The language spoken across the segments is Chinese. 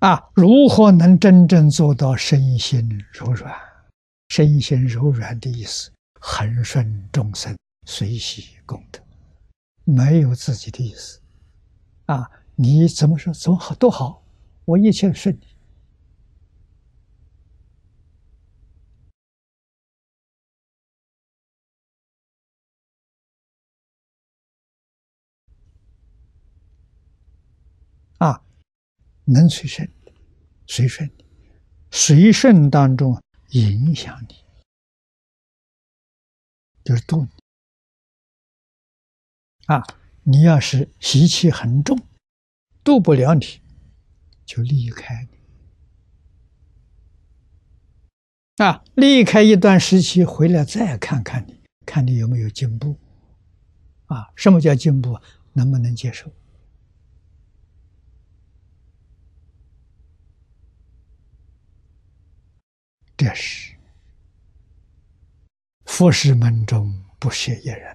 如何能真正做到身心柔软？身心柔软的意思，恒顺众生，随喜功德，没有自己的意思。你怎么说？怎么好都好，我一切顺利。能随顺，随顺你，随顺当中影响你，就是度你。你要是习气很重，度不了你，就离开你。离开一段时期，回来再看看你，看你有没有进步。什么叫进步？能不能接受？这是佛事门中不舍一人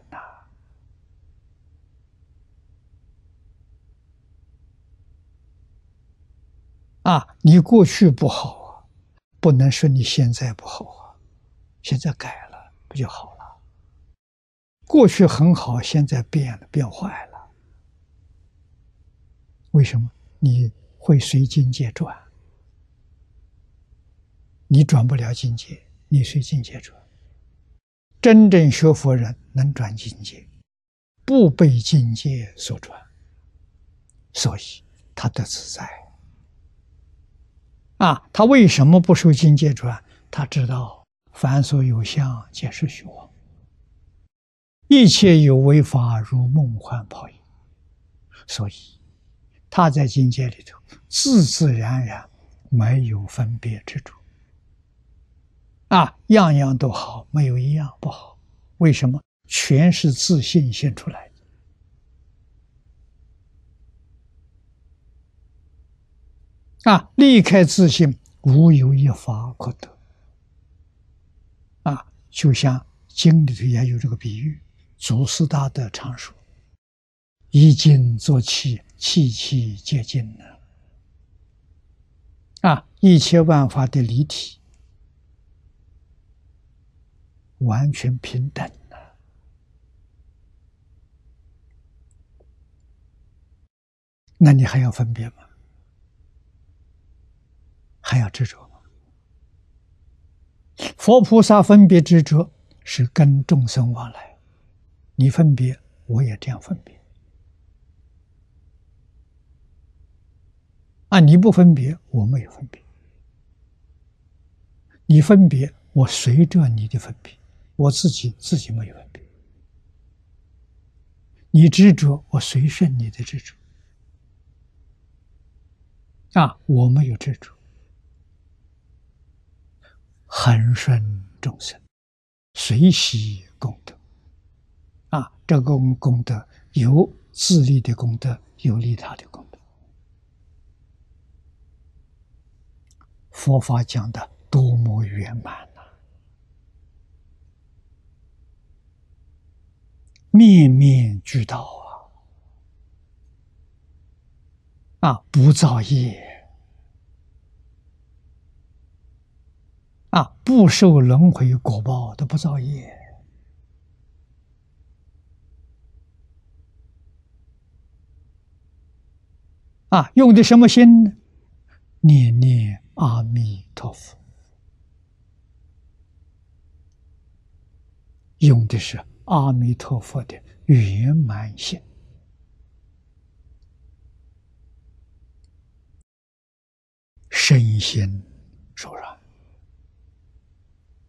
你过去不好不能说你现在不好现在改了不就好了？过去很好，现在变了，变坏了。为什么？你会随境界转，你转不了境界，你随境界转。真正学佛人能转境界，不被境界所转，所以他得自在。他为什么不受境界转？他知道凡所有相，皆是虚妄，一切有为法，如梦幻泡影。所以他在境界里头自自然然没有分别之处。样样都好，没有一样不好。为什么？全是自信现出来的。离开自信，无有一法可得。就像经里头也有这个比喻，祖师大德常说：“一静作气，气气皆静呢。”一切万法的离体完全平等了。那你还要分别吗？还要执着吗？佛菩萨分别执着是跟众生往来，你分别，我也这样分别。你不分别，我没有分别。你分别，我随着你的分别，我自己没有分别。你执着，我随顺你的执着。我没有执着，恒顺众生，随喜功德。这个功德有自利的功德，有利他的功德。佛法讲的多么圆满面面俱到不造业不受轮回果报，都不造业。用的什么心呢？念念阿弥陀佛，用的是阿弥陀佛的圆满心，身心柔软。